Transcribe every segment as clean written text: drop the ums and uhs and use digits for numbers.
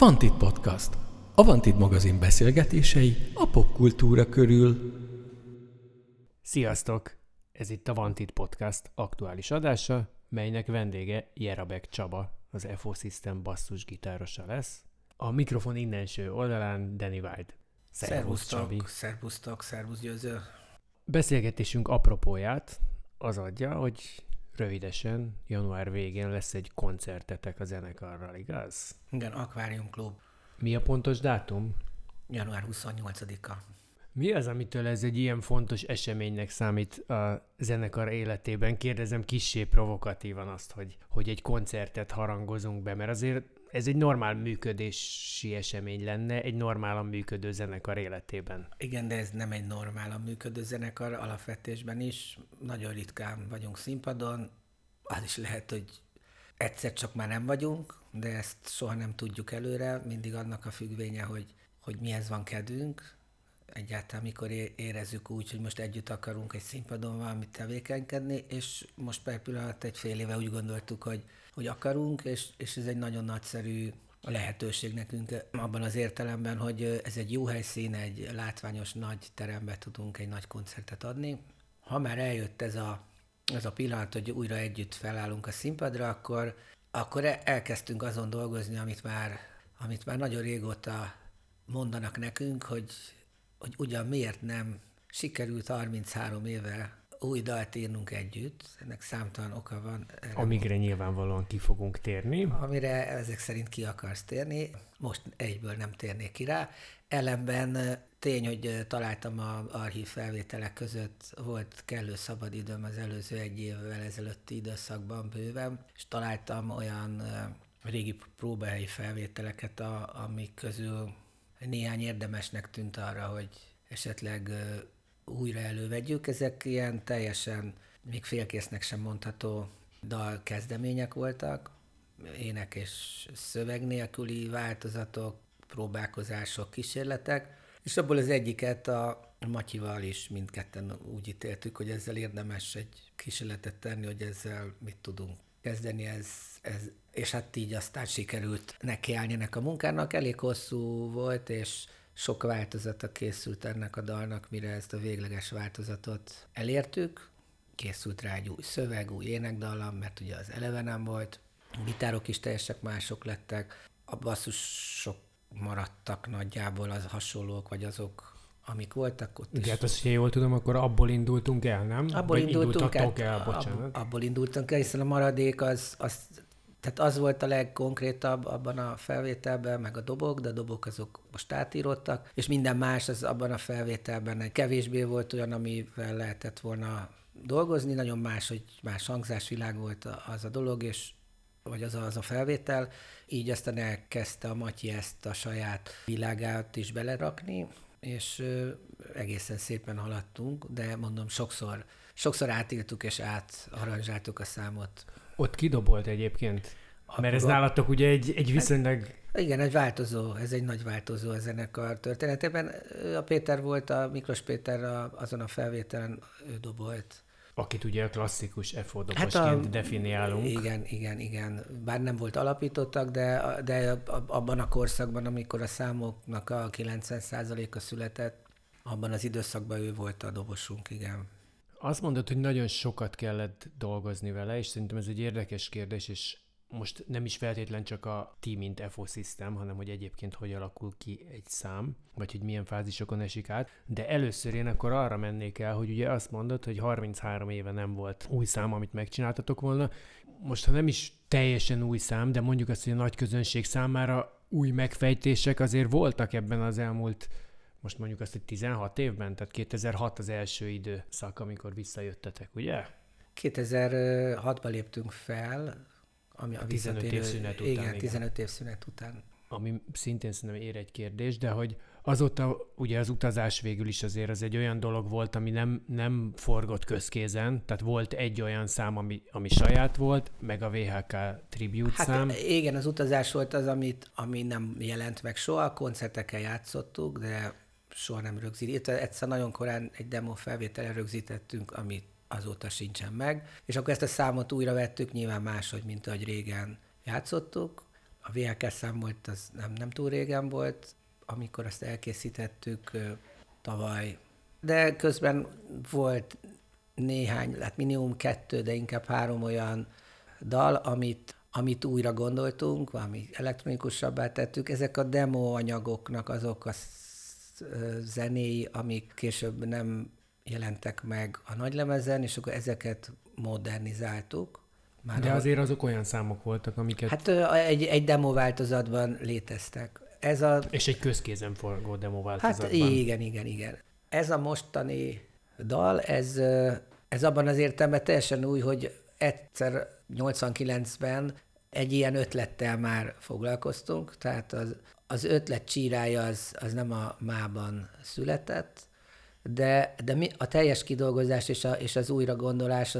Vantit Podcast. A Vantit magazin beszélgetései a popkultúra körül. Sziasztok! Ez itt a Vantit Podcast aktuális adása, melynek vendége Jerabek Csaba, az FO System basszusgitárosa lesz. A mikrofon innenső oldalán Danny White. Szervusz Csabi! Szervusz Győző! Beszélgetésünk apropóját az adja, hogy rövidesen, január végén lesz egy koncertetek a zenekarral, igaz? Igen, Aquarium Club. Mi a pontos dátum? Január 28-a. Mi az, amitől ez egy ilyen fontos eseménynek számít a zenekar életében? Kérdezem kissé provokatívan azt, hogy egy koncertet harangozunk be, mert azért ez egy normál működési esemény lenne egy normálan működő zenekar életében. Igen, de ez nem egy normálan működő zenekar alapvetésben is. Nagyon ritkán vagyunk színpadon. Az is lehet, hogy egyszer csak már nem vagyunk, de ezt soha nem tudjuk előre. Mindig annak a függvénye, hogy mihez van kedvünk. Egyáltalán mikor érezzük úgy, hogy most együtt akarunk egy színpadon valamit tevékenykedni, és most per pillanat egy fél éve úgy gondoltuk, hogy akarunk, és ez egy nagyon nagyszerű lehetőség nekünk abban az értelemben, hogy ez egy jó helyszín, egy látványos nagy teremben tudunk egy nagy koncertet adni. Ha már eljött ez a pillanat, hogy újra együtt felállunk a színpadra, akkor elkezdtünk azon dolgozni, amit már nagyon régóta mondanak nekünk, hogy ugyan miért nem sikerült 33 éve új dalt írnunk együtt, ennek számtalan oka van. Amire nyilvánvalóan ki fogunk térni. Amire ezek szerint ki akarsz térni, most egyből nem térnék ki rá. Ellenben tény, hogy találtam az archív felvételek között, volt kellő szabadidőm az előző egy évvel ezelőtti időszakban bőven, és találtam olyan régi próbahelyi felvételeket, amik közül néhány érdemesnek tűnt arra, hogy esetleg újra elővegyük. Ezek ilyen teljesen, még félkésznek sem mondható dalkezdemények voltak, ének és szöveg nélküli változatok, próbálkozások, kísérletek, és abból az egyiket a Matyival is mindketten úgy ítéltük, hogy ezzel érdemes egy kísérletet tenni, hogy ezzel mit tudunk kezdeni, és hát így aztán sikerült nekiállni ennek a munkának. Elég hosszú volt, és sok változata készült ennek a dalnak, mire ezt a végleges változatot elértük. Készült rá egy új szöveg, új énekdallam, mert ugye az eleve nem volt. A gitárok is teljesen mások lettek. A basszusok maradtak nagyjából az hasonlók, vagy azok, amik voltak ott is. De hát azt, hogyha jól tudom, akkor abból indultunk el, nem? Abból indultunk el, hiszen a maradék tehát az volt a legkonkrétabb abban a felvételben, meg a dobok, de a dobok azok most átírottak, és minden más az abban a felvételben kevésbé volt olyan, amivel lehetett volna dolgozni, nagyon más, hogy más hangzásvilág volt az a dolog, vagy az a felvétel, így aztán elkezdte a Matyi ezt a saját világát is belerakni, és egészen szépen haladtunk, de mondom, sokszor átírtuk és átaranzsáltuk a számot. Ott kidobolt egyébként? Mert ez nálatok ugye egy viszonylag... Igen, ez egy nagy változó a zenekar történetében. A Péter volt, a Miklós Péter azon a felvételen, ő dobolt. Akit ugye a klasszikus FO dobosként definiálunk. Igen. Bár nem volt alapítottak, de abban a korszakban, amikor a számoknak a 90%-a született, abban az időszakban ő volt a dobosunk, igen. Azt mondod, hogy nagyon sokat kellett dolgozni vele, és szerintem ez egy érdekes kérdés, és most nem is feltétlen csak a ti, mint FO System, hanem hogy egyébként hogy alakul ki egy szám, vagy hogy milyen fázisokon esik át. De először én akkor arra mennék el, hogy ugye azt mondod, hogy 33 éve nem volt új szám, amit megcsináltatok volna. Most, ha nem is teljesen új szám, de mondjuk azt, hogy a nagy közönség számára új megfejtések azért voltak ebben az elmúlt, most mondjuk azt, hogy 16 évben, tehát 2006 az első időszak, amikor visszajöttetek, ugye? 2006-ban léptünk fel, ami a 15 év szünet után. Igen, 15 év szünet után. Ami szintén szerintem ér egy kérdés, de hogy azóta ugye az utazás végül is azért az egy olyan dolog volt, ami nem forgott közkézen, tehát volt egy olyan szám, ami saját volt, meg a VHK tribute szám. Igen, az utazás volt az, ami nem jelent meg soha, a koncerteken játszottuk, de soha nem rögzített. Egyszer nagyon korán egy demo felvételen rögzítettünk, amit azóta sincsen meg, és akkor ezt a számot újra vettük, nyilván máshogy, mint ahogy régen játszottuk. A VLK szám volt, az nem túl régen volt, amikor azt elkészítettük tavaly. De közben volt néhány, hát minimum 2, de inkább 3 olyan dal, amit újra gondoltunk, valami elektronikusabbá tettük. Ezek a demo anyagoknak azok a zenéi, amik később nem jelentek meg a nagylemezen, és akkor ezeket modernizáltuk. De azért azok olyan számok voltak, amiket... Hát egy demo változatban léteztek. És egy közkézen forgó demo változatban. Hát igen. Ez a mostani dal, ez abban az értelemben teljesen új, hogy egyszer 89-ben egy ilyen ötlettel már foglalkoztunk, tehát az ötlet csírája az nem a mában született, de a teljes kidolgozás és az újragondolás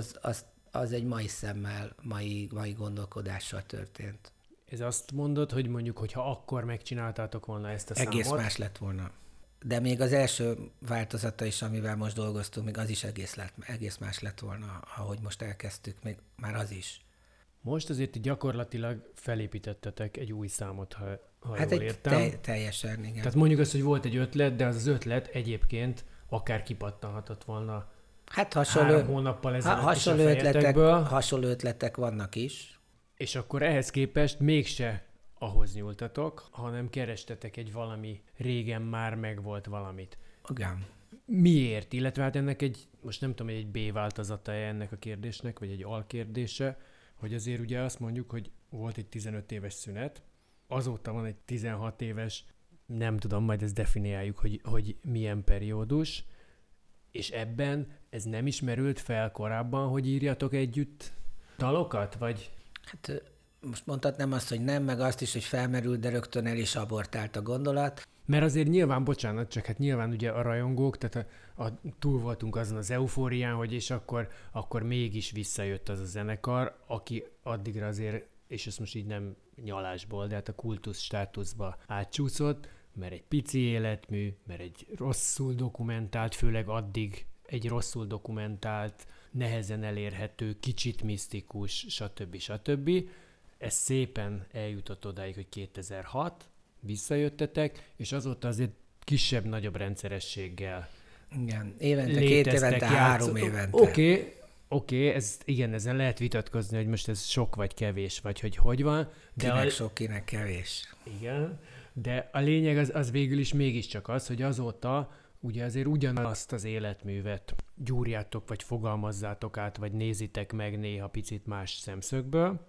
az egy mai szemmel, mai gondolkodással történt. Ez azt mondod, hogy mondjuk, hogyha akkor megcsináltátok volna ezt a számot? Egész más lett volna. De még az első változata is, amivel most dolgoztunk, még az is egész más lett volna, ahogy most elkezdtük, még már az is. Most azért gyakorlatilag felépítettetek egy új számot, ha hát jól értem. Teljesen, igen. Tehát mondjuk azt, hogy volt egy ötlet, de az ötlet egyébként akár kipattanhatott volna hát 3 hónappal ezelőtt is a fejetekből. Hasonló ötletek vannak is. És akkor ehhez képest mégse ahhoz nyúltatok, hanem kerestetek egy valami régen már megvolt valamit. Igen. Miért? Illetve hát ennek most nem tudom, hogy egy B változata ennek a kérdésnek, vagy egy alkérdése, hogy azért ugye azt mondjuk, hogy volt egy 15 éves szünet, azóta van egy 16 éves, nem tudom, majd ezt definiáljuk, hogy milyen periódus, és ebben ez nem is merült fel korábban, hogy írjatok együtt dalokat, vagy... Hát most mondhatnám azt, hogy nem, meg azt is, hogy felmerült, de rögtön el is abortált a gondolat. Mert azért nyilván, bocsánat, csak hát nyilván ugye a rajongók, tehát túl voltunk azon az eufórián, hogy és akkor mégis visszajött az a zenekar, aki addigra azért, és ezt most így nem nyalásból, de hát a kultusz státuszba átcsúszott, mert egy pici életmű, mert egy rosszul dokumentált, főleg addig egy rosszul dokumentált, nehezen elérhető, kicsit misztikus, stb. Ez szépen eljutott odáig, hogy 2006, visszajöttetek, és azóta azért kisebb-nagyobb rendszerességgel igen, évente, 2 évente, 3 évente. Oké, ezen lehet vitatkozni, hogy most ez sok vagy kevés, vagy hogy van. De kinek sok, kinek kevés. Igen, de a lényeg az végül is mégiscsak az, hogy azóta ugye azért ugyanazt az életművet gyúrjátok, vagy fogalmazzátok át, vagy nézitek meg néha picit más szemszögből,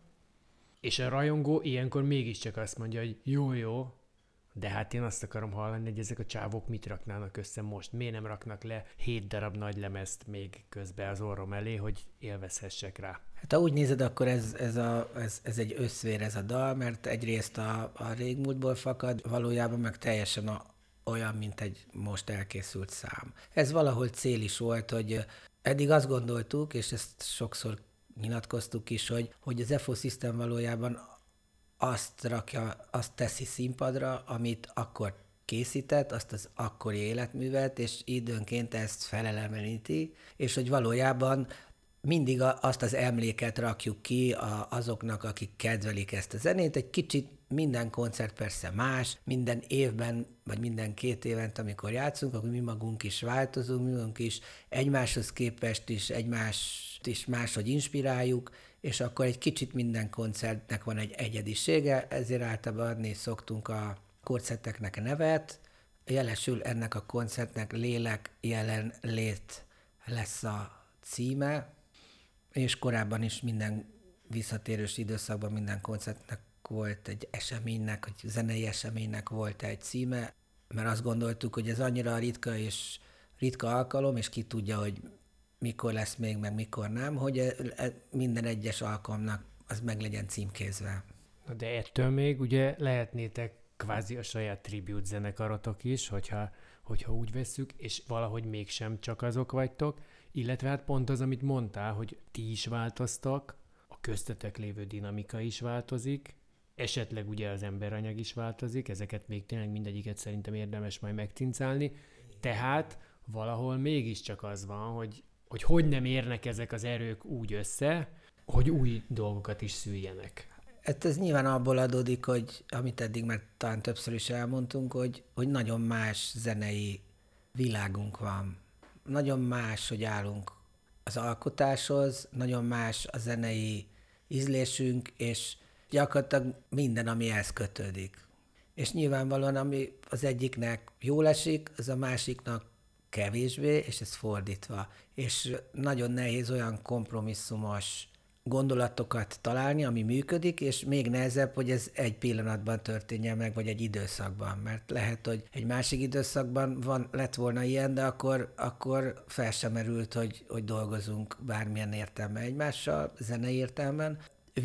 és a rajongó ilyenkor mégiscsak azt mondja, hogy jó, de hát én azt akarom hallani, hogy ezek a csávók mit raknának össze most. Miért nem raknak le 7 darab nagy lemezt még közben az orrom elé, hogy élvezhessek rá? Hát ha úgy nézed, akkor ez egy összvér ez a dal, mert egyrészt a régmúltból fakad, valójában meg teljesen olyan, mint egy most elkészült szám. Ez valahol cél is volt, hogy eddig azt gondoltuk, és ezt sokszor nyilatkoztuk is, hogy az FO System valójában azt teszi színpadra, amit akkor készített, azt az akkori életművet, és időnként ezt feleleveníti, és hogy valójában mindig azt az emléket rakjuk ki azoknak, akik kedvelik ezt a zenét. Egy kicsit minden koncert persze más, minden évben, vagy minden 2 évent, amikor játszunk, akkor mi magunk is változunk, mi magunk is egymáshoz képest is, egymást is máshogy inspiráljuk, és akkor egy kicsit minden koncertnek van egy egyedisége, ezért általában adni szoktunk a koncerteknek nevet, jelesül ennek a koncertnek Lélek jelen lét lesz a címe, és korábban is minden visszatérős időszakban minden koncertnek volt egy eseménynek, vagy zenei eseménynek volt egy címe, mert azt gondoltuk, hogy ez annyira ritka alkalom, és ki tudja, hogy mikor lesz még, meg mikor nem, hogy minden egyes alkalomnak az meg legyen címkézve. De ettől még ugye lehetnétek kvázi a saját tribute zenekarotok is, hogyha úgy vesszük, és valahogy mégsem csak azok vagytok, illetve hát pont az, amit mondtál, hogy ti is változtak, a köztetek lévő dinamika is változik, esetleg ugye az emberanyag is változik, ezeket még tényleg mindegyiket szerintem érdemes majd megcincálni, tehát valahol mégiscsak az van, hogy nem érnek ezek az erők úgy össze, hogy új dolgokat is szüljenek. ez nyilván abból adódik, hogy amit eddig már talán többször is elmondtunk, hogy nagyon más zenei világunk van. Nagyon más, hogy állunk az alkotáshoz, nagyon más a zenei ízlésünk, és gyakorlatilag minden, ami ehhez kötődik. És nyilvánvalóan, ami az egyiknek jól esik, az a másiknak kevésbé, és ez fordítva. És nagyon nehéz olyan kompromisszumos gondolatokat találni, ami működik, és még nehezebb, hogy ez egy pillanatban történjen meg, vagy egy időszakban. Mert lehet, hogy egy másik időszakban lett volna ilyen, de akkor fel sem merült, hogy dolgozunk bármilyen értelme egymással, zenei értelmen.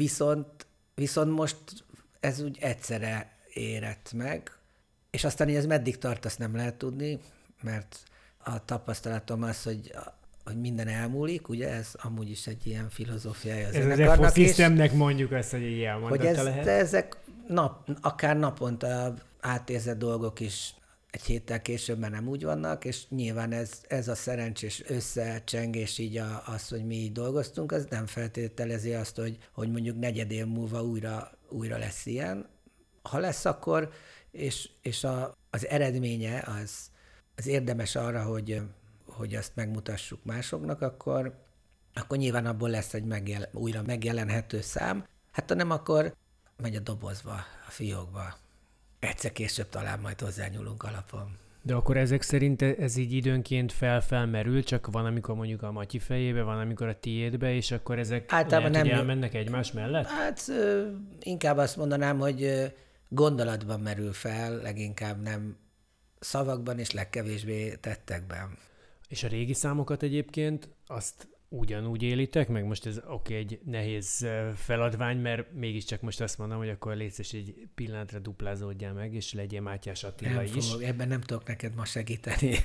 Viszont most ez úgy egyszerre érett meg, és aztán, hogy ez meddig tart, azt nem lehet tudni, mert a tapasztalatom az, hogy minden elmúlik, ugye ez amúgy is egy ilyen filozófiája az zenekarnak. Ez az EFO-szisztemnek mondjuk azt, hogy egy ilyen mondata lehet. De ezek akár naponta átérzett dolgok is egy héttel később már nem úgy vannak, és nyilván ez a szerencsés összecsengés így az, hogy mi így dolgoztunk, az nem feltételezi azt, hogy mondjuk negyed év múlva újra lesz ilyen. Ha lesz akkor, és az eredménye az érdemes arra, hogy azt megmutassuk másoknak, akkor nyilván abból lesz egy újra megjelenhető szám. Hát ha nem, akkor megy a dobozba, a fiókba. Egyszer később talán majd hozzányúlunk alapon. De akkor ezek szerint ez így időnként felmerül, csak van, amikor mondjuk a Matyi fejébe, van, amikor a tiédbe, és akkor ezek általában lehet, hogy elmennek egymás mellett? Hát inkább azt mondanám, hogy gondolatban merül fel, leginkább nem szavakban, és legkevésbé tettekben. És a régi számokat egyébként azt ugyanúgy élitek, meg most ez egy nehéz feladvány, mert mégiscsak most azt mondom, hogy akkor létszés egy pillanatra duplázódjál meg, és legyél Mátyás Attila is. Ebben nem tudok neked ma segíteni.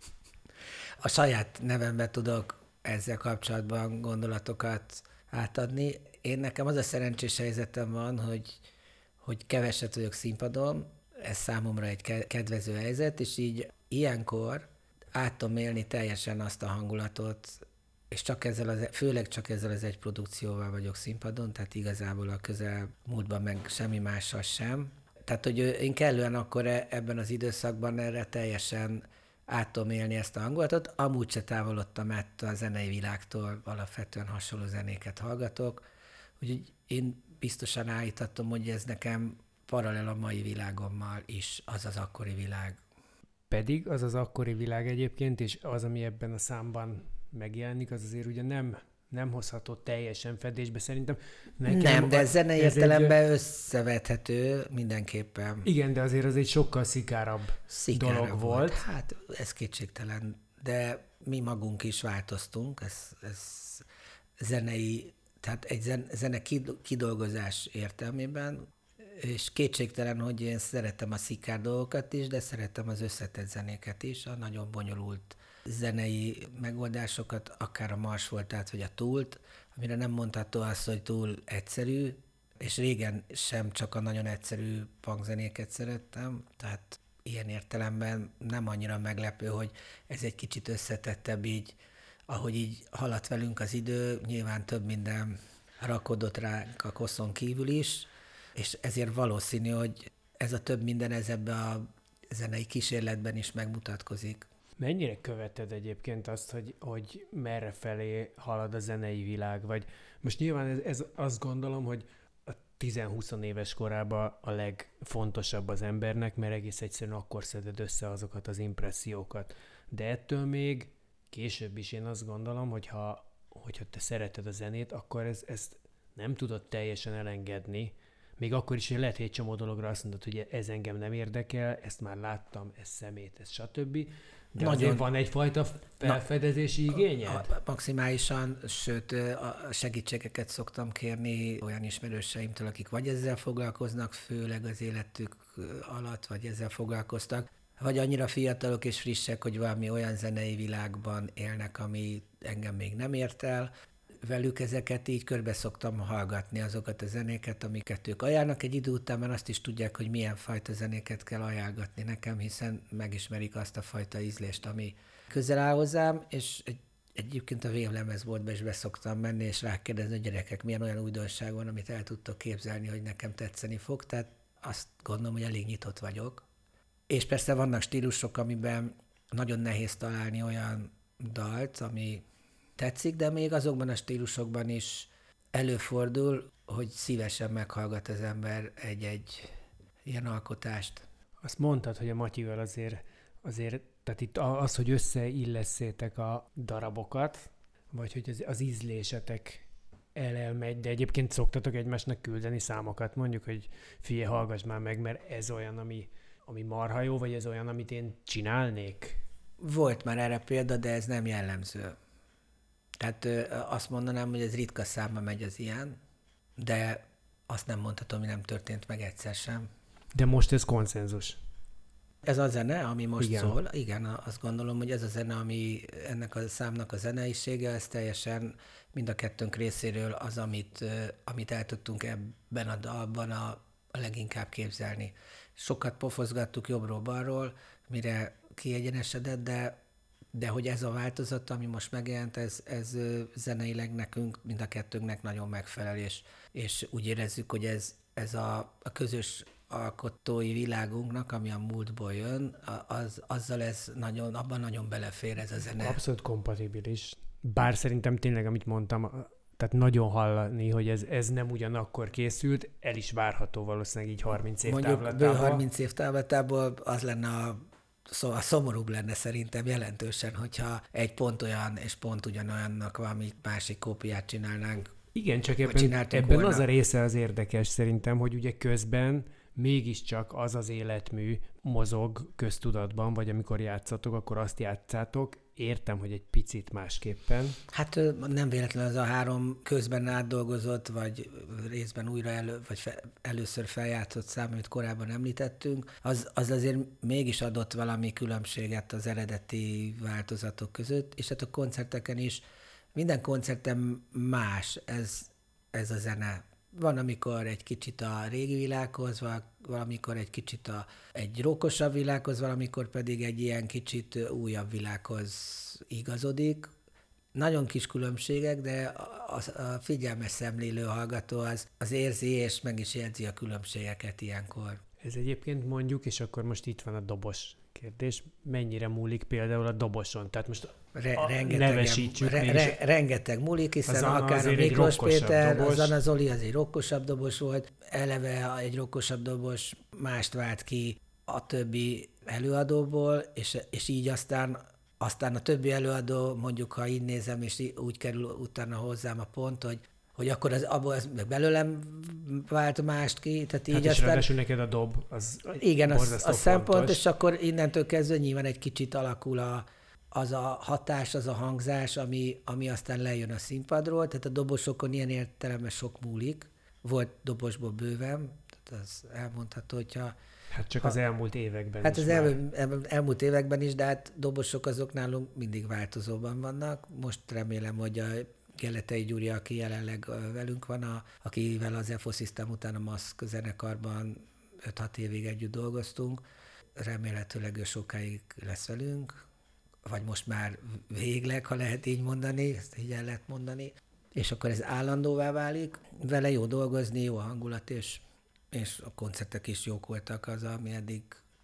A saját nevemben tudok ezzel kapcsolatban gondolatokat átadni. Nekem az a szerencsés helyzetem van, hogy keveset vagyok színpadon, ez számomra egy kedvező helyzet, és így ilyenkor át tudom élni teljesen azt a hangulatot, és főleg csak ezzel az egy produkcióval vagyok színpadon, tehát igazából a közelmúltban meg semmi mással sem. Tehát, hogy én kellően akkor ebben az időszakban erre teljesen át tudom élni ezt a hangulatot, amúgy se távolodtam ettől a zenei világtól, alapvetően hasonló zenéket hallgatok, úgyhogy én biztosan állíthatom, hogy ez nekem paralel a mai világommal is, az az akkori világ. Pedig az az akkori világ egyébként, és az, ami ebben a számban megjelenik, az azért ugye nem hozható teljesen fedésbe szerintem. Nem, de zenei értelemben összevethető mindenképpen. Igen, de azért az egy sokkal szikárabb dolog volt. Hát ez kétségtelen, de mi magunk is változtunk, ez zenei, tehát egy zene kidolgozás értelmében, és kétségtelen, hogy én szeretem a szikár dolgokat is, de szeretem az összetett zenéket is, a nagyon bonyolult zenei megoldásokat, akár a Marsvoltát vagy a Tool-t, amire nem mondható az, hogy túl egyszerű, és régen sem csak a nagyon egyszerű punkzenéket szerettem, tehát ilyen értelemben nem annyira meglepő, hogy ez egy kicsit összetettebb így, ahogy így haladt velünk az idő, nyilván több minden rakodott ránk a koszon kívül is, és ezért valószínű, hogy ez a több minden ebben a zenei kísérletben is megmutatkozik. Mennyire követed egyébként azt, hogy merre felé halad a zenei világ? Vagy most nyilván ez azt gondolom, hogy a 10-20 éves korában a legfontosabb az embernek, mert egész egyszerűen akkor szeded össze azokat az impressziókat. De ettől még később is én azt gondolom, hogyha te szereted a zenét, akkor ezt nem tudod teljesen elengedni. Még akkor is, hogy lehet, hogy egy csomó dologra azt mondod, hogy ez engem nem érdekel, ezt már láttam, ez szemét, ez stb. De azért van egyfajta felfedezési igényed? Maximálisan, sőt, segítségeket szoktam kérni olyan ismerőseimtől, akik vagy ezzel foglalkoznak, főleg az életük alatt, vagy ezzel foglalkoztak, vagy annyira fiatalok és frissek, hogy valami olyan zenei világban élnek, ami engem még nem ért el. Velük ezeket így körbe szoktam hallgatni, azokat a zenéket, amiket ők ajánlnak egy idő után, mert azt is tudják, hogy milyen fajta zenéket kell ajánlgatni nekem, hiszen megismerik azt a fajta ízlést, ami közel áll hozzám, és Egyébként a Vémlemezboltba is beszoktam menni, és rákérdezni, hogy gyerekek, milyen olyan újdonság van, amit el tudtok képzelni, hogy nekem tetszeni fog. Tehát azt gondolom, hogy elég nyitott vagyok. És persze vannak stílusok, amiben nagyon nehéz találni olyan dalt, ami tetszik, de még azokban a stílusokban is előfordul, hogy szívesen meghallgat az ember egy ilyen alkotást. Azt mondtad, hogy a Matyival azért tehát itt az, hogy összeillesszétek a darabokat, vagy hogy az ízlésetek elmegy, de egyébként szoktatok egymásnak küldeni számokat, mondjuk, hogy figyelj, hallgass már meg, mert ez olyan, ami marha jó, vagy ez olyan, amit én csinálnék? Volt már erre példa, de ez nem jellemző. Tehát azt mondanám, hogy ez ritka számba megy az ilyen, de azt nem mondhatom, hogy nem történt meg egyszer sem. De most ez konszenzus. Ez a zene, ami most Igen. szól, igen, azt gondolom, hogy ez a zene, ami ennek a számnak a zeneisége, ez teljesen mind a kettőnk részéről az, amit el tudtunk ebben a dalban a leginkább képzelni. Sokat pofozgattuk jobbról-balról, mire kiegyenesedett, de hogy ez a változat, ami most megjelent, ez zeneileg nekünk, mind a kettőnknek nagyon megfelel, és úgy érezzük, hogy ez a közös alkotói világunknak, ami a múltból jön, azzal ez abban nagyon belefér ez a zene. Abszolút kompatibilis. Bár szerintem tényleg, amit mondtam, tehát nagyon hallani, hogy ez nem ugyanakkor készült, el is várható valószínűleg így 30 év mondjuk távlatából. Mondjuk 30 év távlatából az lenne a szomorúbb lenne szerintem jelentősen, hogyha egy pont olyan és pont ugyanolyannak valami másik kópiát csinálnánk. Igen, csak ebben az a része az érdekes szerintem, hogy ugye közben mégiscsak az az életmű mozog köztudatban, vagy amikor játszatok, akkor azt játszátok. Értem, hogy egy picit másképpen. Hát nem véletlenül az a 3 közben átdolgozott, vagy részben újra vagy először feljátszott szám, amit korábban említettünk, az azért mégis adott valami különbséget az eredeti változatok között, és hát a koncerteken is, minden koncerten más ez a zene. Van, amikor egy kicsit a régi világhoz, valamikor egy kicsit egy rockosabb világhoz, valamikor pedig egy ilyen kicsit újabb világhoz igazodik. Nagyon kis különbségek, de a figyelmes szemlélő hallgató az érzi és meg is jegyzi a különbségeket ilyenkor. Ez egyébként mondjuk, és akkor most itt van a dobos kérdés, mennyire múlik például a doboson? Tehát most nevesítsük. Rengeteg múlik, hiszen akár a Miklós Péter, a Zana Zoli az egy rokkosabb dobos volt, eleve egy rokkosabb dobos mást vált ki a többi előadóból, és így aztán a többi előadó, mondjuk ha így nézem, és úgy kerül utána hozzám a pont, hogy akkor abból meg belőlem vált mást ki. Tehát így és ráadásul neked a dob, az igen, a szempont, fontos. és akkor innentől kezdve nyilván egy kicsit alakul az a hatás, az a hangzás, ami aztán lejön a színpadról. Tehát a dobosokon ilyen értelemben sok múlik. Volt dobosból bőven, tehát az elmondható, hogyha... Hát csak az elmúlt években hát is. Hát az elmúlt években is, de hát dobosok azok nálunk mindig változóban vannak. Most remélem, hogy a Geletei Gyuri, aki jelenleg velünk van, akivel az EFO System után a Maszk zenekarban 5-6 évig együtt dolgoztunk. Remélhetőleg ő sokáig lesz velünk, vagy most már végleg, ha lehet így mondani, ezt így el lehet mondani. És akkor ez állandóvá válik. Vele jó dolgozni, jó a hangulat, és a koncertek is jók voltak az, ami eddig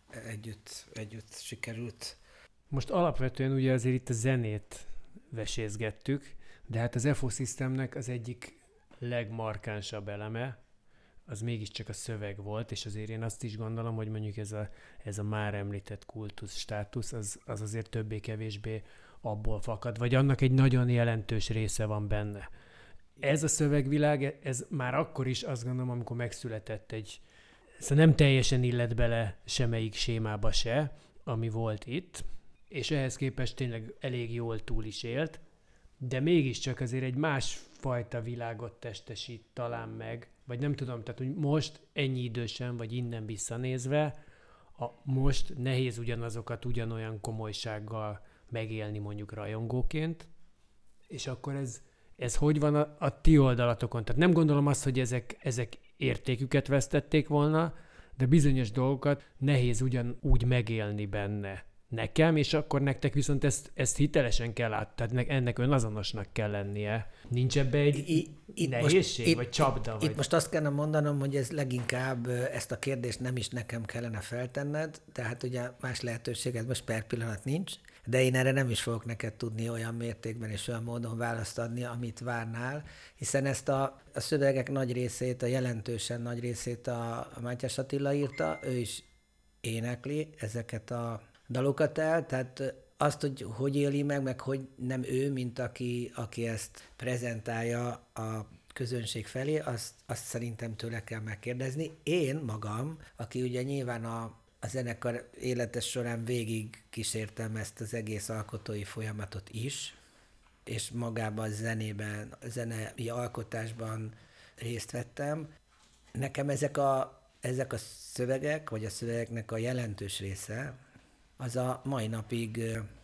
együtt sikerült. Most alapvetően ugye azért itt a zenét vesézgettük, de hát az EFO Systemnek az egyik legmarkánsabb eleme, az mégiscsak a szöveg volt, és azért én azt is gondolom, hogy mondjuk ez a már említett kultusz státusz, az azért többé-kevésbé abból fakad, vagy annak egy nagyon jelentős része van benne. Ez a szövegvilág, ez már akkor is azt gondolom, amikor megszületett szóval nem teljesen illet bele semmelyik sémába se, ami volt itt, és ehhez képest tényleg elég jól túl is élt, de mégiscsak azért egy másfajta világot testesít talán meg, vagy nem tudom, tehát hogy most ennyi idősen, vagy innen visszanézve, most nehéz ugyanazokat ugyanolyan komolysággal megélni mondjuk rajongóként, és akkor ez hogy van a ti oldalatokon? Tehát nem gondolom azt, hogy ezek értéküket vesztették volna, de bizonyos dolgokat nehéz ugyanúgy megélni benne. nekem, és akkor nektek viszont ezt hitelesen kell tehát ennek önazonosnak kell lennie. Nincs ebbe egy nehézség, vagy csapda? Itt most azt kellene mondanom, hogy ez leginkább ezt a kérdést nem is nekem kellene feltenned, tehát ugye más lehetőséged most per pillanat nincs, de én erre nem is fogok neked tudni olyan mértékben és olyan módon választ adni, amit várnál, hiszen ezt a szövegek nagy részét, a jelentősen nagy részét a Mátyás Attila írta, ő is énekli ezeket a dalokat el, tehát azt, hogy éli meg hogy nem ő, mint aki ezt prezentálja a közönség felé, azt szerintem tőle kell megkérdezni. Én magam, aki ugye nyilván a zenekar életes során végig kísértem ezt az egész alkotói folyamatot is, és magában a zenei alkotásban részt vettem. Nekem ezek a szövegek, vagy a szövegeknek a jelentős része, az a mai napig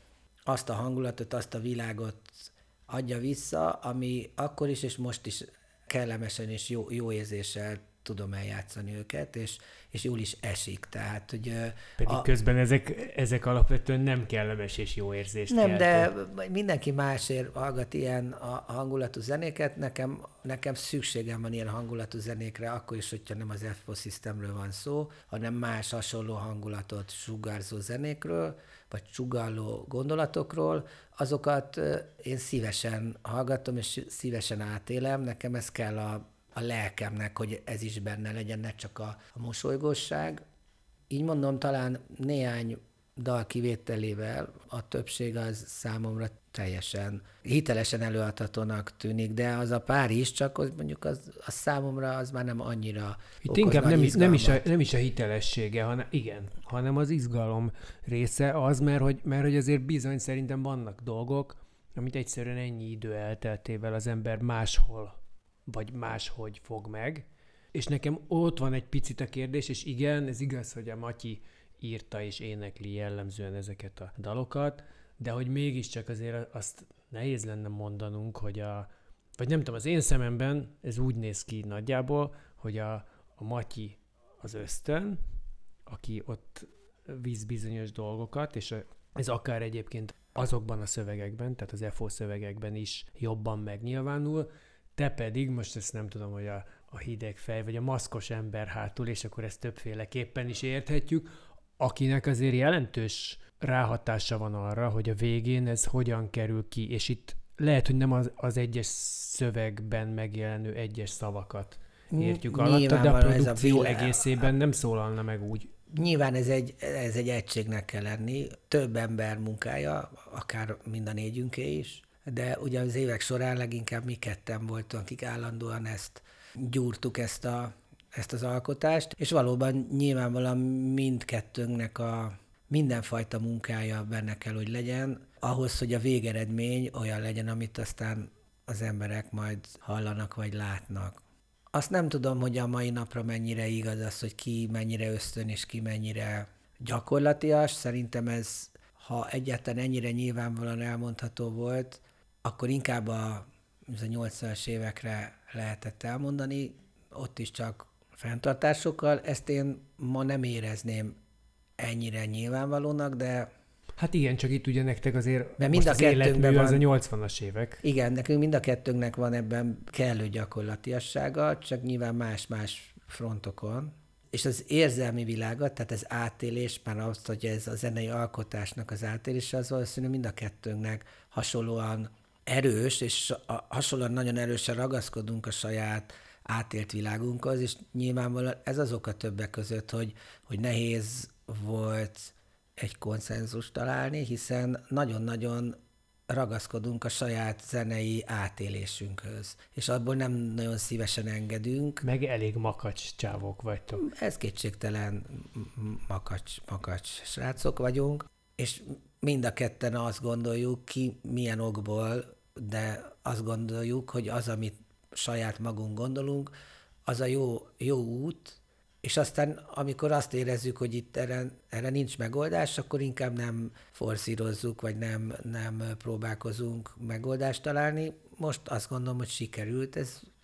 azt a hangulatot, azt a világot adja vissza, ami akkor is és most is kellemesen és jó érzéssel tudom eljátszani őket, és jól is esik. Tehát, hogy pedig közben ezek alapvetően nem kellemes és jó érzést nem, keltő. De mindenki másért hallgat ilyen a hangulatú zenéket. Nekem szükségem van ilyen hangulatú zenékre, akkor is, hogyha nem az FO Systemről van szó, hanem más hasonló hangulatot sugárzó zenékről, vagy sugalló gondolatokról. Azokat én szívesen hallgatom, és szívesen átélem. Nekem ez kell a lelkemnek, hogy ez is benne legyen, ne csak a mosolygóság. Így mondom, talán néhány dal kivételével a többség az számomra teljesen hitelesen előadhatónak tűnik, de az a pár is, csak az mondjuk az számomra az már nem annyira itt inkább nem is a hitelessége, hanem az izgalom része az, mert hogy azért bizony szerintem vannak dolgok, amit egyszerűen ennyi idő elteltével az ember máshol vagy máshogy fog meg. És nekem ott van egy picit a kérdés, és igen, ez igaz, hogy a Matyi írta és énekli jellemzően ezeket a dalokat, de hogy mégiscsak azért azt nehéz lenne mondanunk, vagy nem tudom, az én szememben ez úgy néz ki nagyjából, hogy a Matyi az ösztön, aki ott visz bizonyos dolgokat, és ez akár egyébként azokban a szövegekben, tehát az FO szövegekben is jobban megnyilvánul, te pedig, most ezt nem tudom, hogy a hideg fej, vagy a maszkos ember hátul, és akkor ezt többféleképpen is érthetjük, akinek azért jelentős ráhatása van arra, hogy a végén ez hogyan kerül ki, és itt lehet, hogy nem az egyes szövegben megjelenő egyes szavakat értjük alatta, de a produkció egészében nem szólalna meg úgy. Nyilván ez egy egységnek kell lenni, több ember munkája, akár mind a négyünké is, de ugye az évek során leginkább mi ketten voltunk, akik állandóan ezt gyúrtuk, ezt az alkotást, és valóban nyilvánvalóan mindkettőnknek a mindenfajta munkája benne kell, hogy legyen, ahhoz, hogy a végeredmény olyan legyen, amit aztán az emberek majd hallanak vagy látnak. Azt nem tudom, hogy a mai napra mennyire igaz az, hogy ki mennyire ösztön és ki mennyire gyakorlatias. Szerintem ez, ha egyáltalán ennyire nyilvánvalóan elmondható volt, akkor inkább a 80-as évekre lehetett elmondani, ott is csak fenntartásokkal. Ezt én ma nem érezném ennyire nyilvánvalónak, de... Hát igen, csak itt ugye nektek azért most mind az életmű az a 80-as évek. Igen, nekünk mind a kettőnknek van ebben kellő gyakorlatiassága, csak nyilván más-más frontokon. És az érzelmi világot, tehát az átélés, már azt, hogy ez a zenei alkotásnak az átélése, az valószínűleg mind a kettőnknek hasonlóan erős, és hasonlóan nagyon erősen ragaszkodunk a saját átélt világunkhoz, és nyilvánvalóan ez az oka többek között, hogy nehéz volt egy konszenzust találni, hiszen nagyon-nagyon ragaszkodunk a saját zenei átélésünkhöz, és abból nem nagyon szívesen engedünk. Meg elég makacs csávok vagytok. Ez kétségtelen makacs srácok vagyunk, és mind a ketten azt gondoljuk, ki milyen okból, de azt gondoljuk, hogy az, amit saját magunk gondolunk, az a jó út, és aztán, amikor azt érezzük, hogy itt erre nincs megoldás, akkor inkább nem forszírozzuk, vagy nem próbálkozunk megoldást találni. Most azt gondolom, hogy sikerült. Ez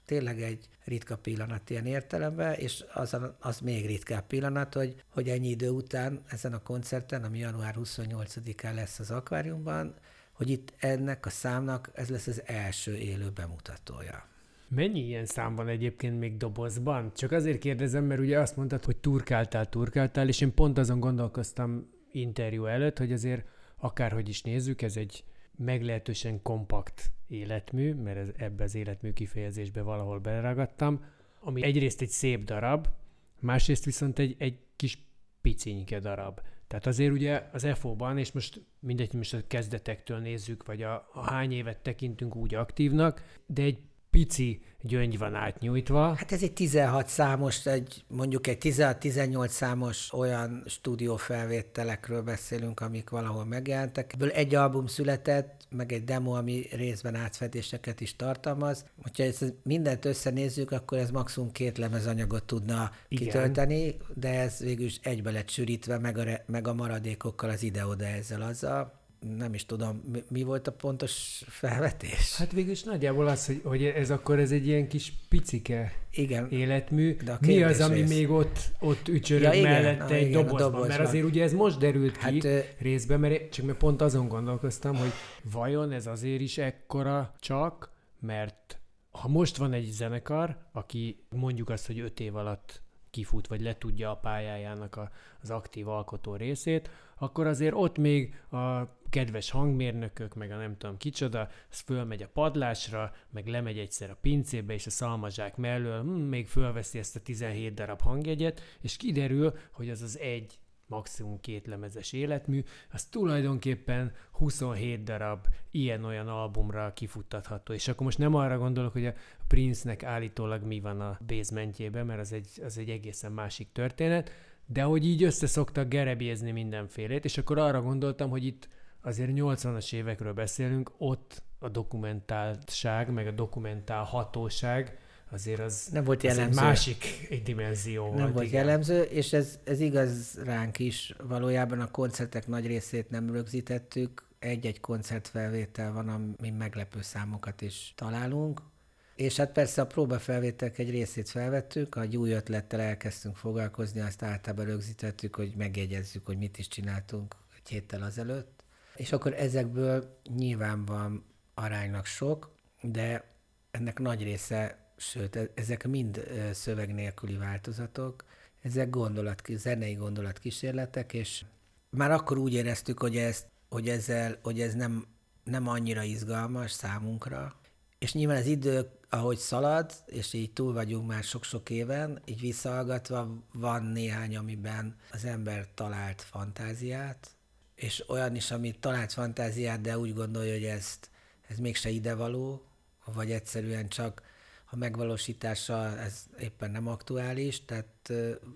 tényleg egy ritka pillanat ilyen értelemben, és az még ritkább pillanat, hogy ennyi idő után ezen a koncerten, ami január 28-án lesz az akváriumban, hogy itt ennek a számnak ez lesz az első élő bemutatója. Mennyi ilyen szám van egyébként még dobozban? Csak azért kérdezem, mert ugye azt mondtad, hogy turkáltál, és én pont azon gondolkoztam interjú előtt, hogy azért akárhogy is nézzük, ez egy meglehetősen kompakt életmű, mert ebbe az életmű kifejezésbe valahol beleragadtam, ami egyrészt egy szép darab, másrészt viszont egy kis picinke darab. Tehát azért ugye az EFO-ban, és most mindegy, most a kezdetektől nézzük, vagy a hány évet tekintünk úgy aktívnak, de egy pici gyöngy van átnyújtva. Hát ez egy 16 számos, mondjuk egy 16-18 számos olyan stúdiófelvételekről beszélünk, amik valahol megjelentek. Ebből egy album született, meg egy demo, ami részben átfedéseket is tartalmaz. Hogyha ezt mindent összenézzük, akkor ez maximum 2 lemezanyagot tudna kitölteni, de ez végül is egybe lett sűrítve, meg a maradékokkal az ide-oda azzal. Nem is tudom, mi volt a pontos felvetés? Hát végülis nagyjából az, hogy ez egy ilyen kis picike életmű. Mi az, ami még ott ücsörög mellette egy dobozban? Mert azért ugye ez most derült ki részben, mert pont azon gondolkoztam, hogy vajon ez azért is ekkora csak, mert ha most van egy zenekar, aki mondjuk azt, hogy 5 év alatt kifut, vagy letudja a pályájának az aktív alkotó részét, akkor azért ott még a kedves hangmérnökök, meg a nem tudom kicsoda, az fölmegy a padlásra, meg lemegy egyszer a pincébe, és a szalmazsák mellől még fölveszi ezt a 17 darab hangjegyet, és kiderül, hogy az egy, maximum 2 lemezes életmű, az tulajdonképpen 27 darab ilyen-olyan albumra kifuttatható. És akkor most nem arra gondolok, hogy a Prince-nek állítólag mi van a basementjében, mert az egy egészen másik történet, de hogy így össze szoktak gerebézni mindenfélét, és akkor arra gondoltam, hogy itt azért 80-as évekről beszélünk, ott a dokumentáltság, meg a dokumentálhatóság azért az, nem volt jellemző. Az egy másik dimenzió volt. Nem volt jellemző, és ez igaz ránk is. Valójában a koncertek nagy részét nem rögzítettük. Egy-egy koncertfelvétel van, amin meglepő számokat is találunk. És hát persze a próbafelvételek egy részét felvettük, ha egy új ötlettel elkezdtünk foglalkozni, azt általában rögzítettük, hogy megjegyezzük, hogy mit is csináltunk egy héttel azelőtt. És akkor ezekből nyilván van aránylag sok, de ennek nagy része, sőt, ezek mind szöveg nélküli változatok, ezek zenei gondolatkísérletek, és már akkor úgy éreztük, hogy ez nem annyira izgalmas számunkra, és nyilván az idő, ahogy szalad, és így túl vagyunk már sok-sok éven, így visszahallgatva van néhány, amiben az ember talált fantáziát, és olyan is, amit talált fantáziát, de úgy gondolja, hogy ez mégse idevaló, vagy egyszerűen csak a megvalósítása ez éppen nem aktuális, tehát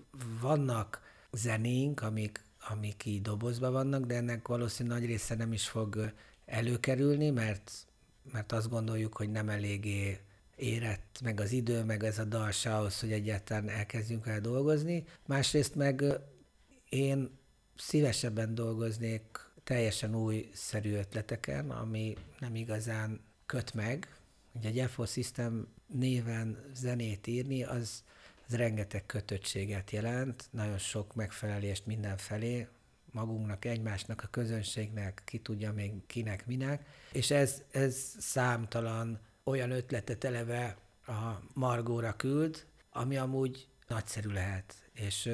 vannak zenénk, amik így dobozban vannak, de ennek valószínűleg nagy része nem is fog előkerülni, mert azt gondoljuk, hogy nem eléggé érett meg az idő, meg ez a dal se ahhoz, hogy egyáltalán elkezdjünk el dolgozni. Másrészt meg én szívesebben dolgoznék teljesen újszerű ötleteken, ami nem igazán köt meg. Ugye egy EFO System néven zenét írni, az rengeteg kötöttséget jelent, nagyon sok megfelelést mindenfelé, magunknak, egymásnak, a közönségnek, ki tudja még kinek, minek, és ez számtalan olyan ötletet eleve a Margóra küld, ami amúgy nagyszerű lehet, és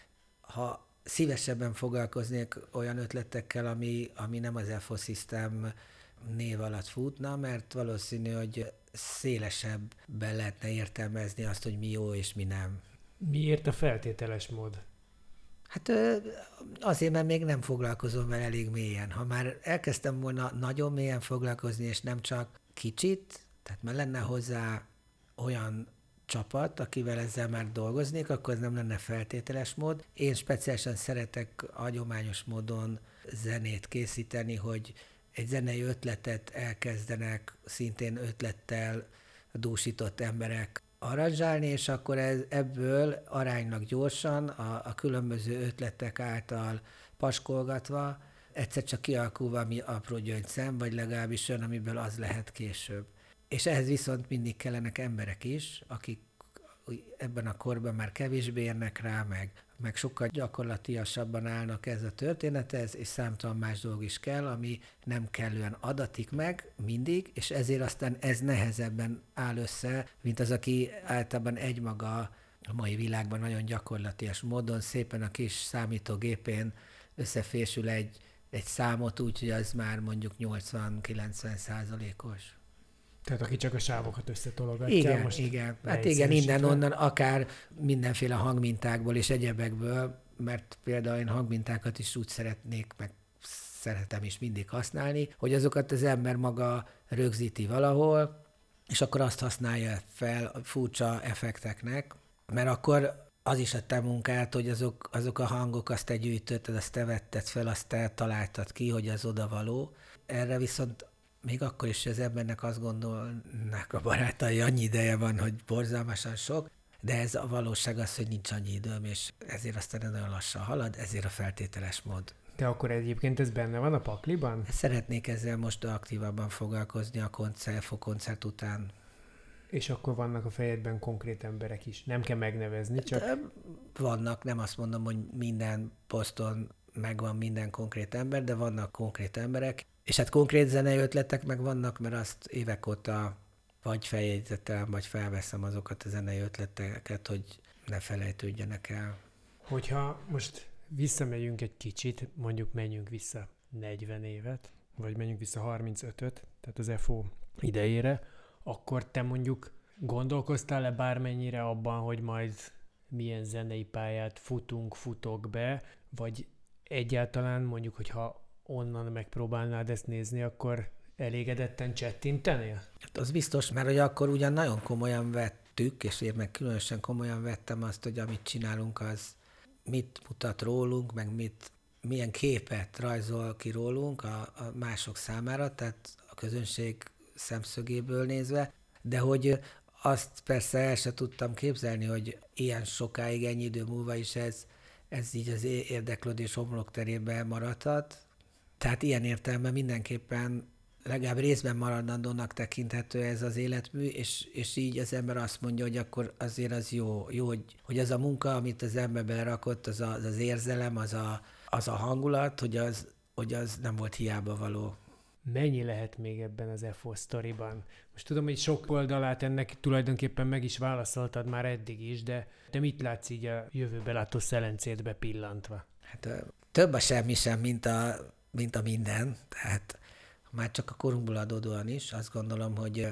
ha szívesebben foglalkoznék olyan ötletekkel, ami nem az EFO System név alatt futna, mert valószínű, hogy szélesebben lehetne értelmezni azt, hogy mi jó és mi nem. Miért a feltételes mód? Hát azért, mert még nem foglalkozom vele elég mélyen. Ha már elkezdtem volna nagyon mélyen foglalkozni, és nem csak kicsit, tehát már lenne hozzá olyan csapat, akivel ezzel már dolgoznék, akkor ez nem lenne feltételes mód. Én speciálisan szeretek hagyományos módon zenét készíteni, hogy egy zenei ötletet elkezdenek szintén ötlettel dúsított emberek aranzsálni, és akkor ebből aránylag gyorsan a különböző ötletek által paskolgatva egyszer csak kialakul valami apró gyöngyszem, vagy legalábbis olyan, amiből az lehet később. És ehhez viszont mindig kellenek emberek is, akik ebben a korban már kevésbé érnek rá, meg sokkal gyakorlatilasabban állnak ez a történethez, és számtalan más dolog is kell, ami nem kellően adatik meg mindig, és ezért aztán ez nehezebben áll össze, mint az, aki általában egymaga a mai világban nagyon gyakorlatias módon szépen a kis számítógépén összefésül egy számot úgy, hogy az már mondjuk 80-90%-os. Tehát aki csak a sávokat összetologatja. Igen. Hát igen, innen-onnan, akár mindenféle hangmintákból és egyebekből, mert például én hangmintákat is úgy szeretnék, meg szeretem is mindig használni, hogy azokat az ember maga rögzíti valahol, és akkor azt használja fel a furcsa effekteknek, mert akkor az is a te munkád, hogy azok a hangok, azt te gyűjtötted, azt te vetted fel, azt te találtad ki, hogy az odavaló. Erre viszont még akkor is az embernek azt gondolnak a barátai, annyi ideje van, hogy borzalmasan sok, de ez a valóság az, hogy nincs annyi időm, és ezért aztán nagyon lassan halad, ezért a feltételes mód. De akkor egyébként ez benne van a pakliban? Szeretnék ezzel most aktívabban foglalkozni a koncert után. És akkor vannak a fejedben konkrét emberek is. Nem kell megnevezni, csak... De vannak, nem azt mondom, hogy minden poszton megvan minden konkrét ember, de vannak konkrét emberek, és hát konkrét zenei ötletek meg vannak, mert azt évek óta vagy feljegyzetem, vagy felveszem azokat a zenei ötleteket, hogy ne felejtődjenek el. Hogyha most visszamegyünk egy kicsit, mondjuk menjünk vissza 40 évet, vagy menjünk vissza 35-öt, tehát az FO idejére, akkor te mondjuk gondolkoztál-e bármennyire abban, hogy majd milyen zenei pályát futok be, vagy egyáltalán mondjuk, hogyha onnan megpróbálnád ezt nézni, akkor elégedetten csettintenél? Hát az biztos, mert hogy akkor ugyan nagyon komolyan vettük, és én meg különösen komolyan vettem azt, hogy amit csinálunk, az mit mutat rólunk, meg milyen képet rajzol ki rólunk a mások számára, tehát a közönség szemszögéből nézve, de hogy azt persze el sem tudtam képzelni, hogy ilyen sokáig, ennyi idő múlva is ez így az érdeklődés homlokterében maradhat. Tehát ilyen értelemben mindenképpen legalább részben maradandónak tekinthető ez az életmű, és így az ember azt mondja, hogy akkor azért az jó hogy az a munka, amit az ember belerakott, az érzelem, az a hangulat, hogy az nem volt hiába való. Mennyi lehet még ebben az FO sztoriban? Most tudom, hogy sok oldalát ennek tulajdonképpen meg is válaszoltad már eddig is, de te mit látsz így a jövőbe látó szelencétbe pillantva? Hát több a semmi sem, mint a minden. Tehát már csak a korunkból adódóan is azt gondolom, hogy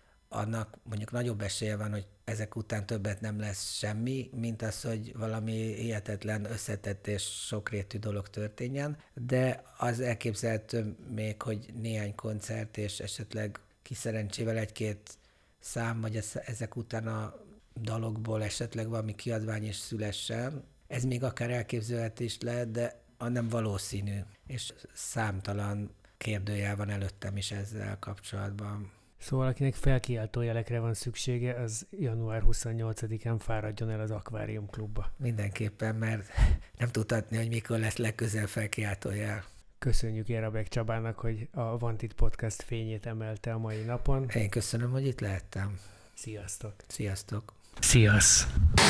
annak mondjuk nagyobb esélye van, hogy ezek után többet nem lesz semmi, mint az, hogy valami hihetetlen összetett és sokrétű dolog történjen, de az elképzelhető még, hogy néhány koncert és esetleg kiszerencsével egy-két szám, vagy ezek után a dalokból esetleg valami kiadvány is szülessen. Ez még akár elképzelhető is lehet, de nem valószínű, és számtalan kérdőjel van előttem is ezzel kapcsolatban. Szóval akinek felkiáltó jelekre van szüksége, az január 28-án fáradjon el az Akvárium Klubba. Mindenképpen, mert nem tudhatni, hogy mikor lesz legközelebb felkiáltó jel. Köszönjük Jerabek Csabának, hogy a Vantit Podcast fényét emelte a mai napon. Én köszönöm, hogy itt lehettem. Sziasztok! Sziasztok! Sziasz!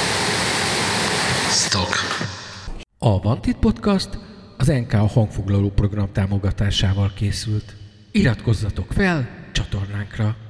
Stock. A Vantit Podcast az NK hangfoglaló program támogatásával készült. Iratkozzatok fel csatornánkra!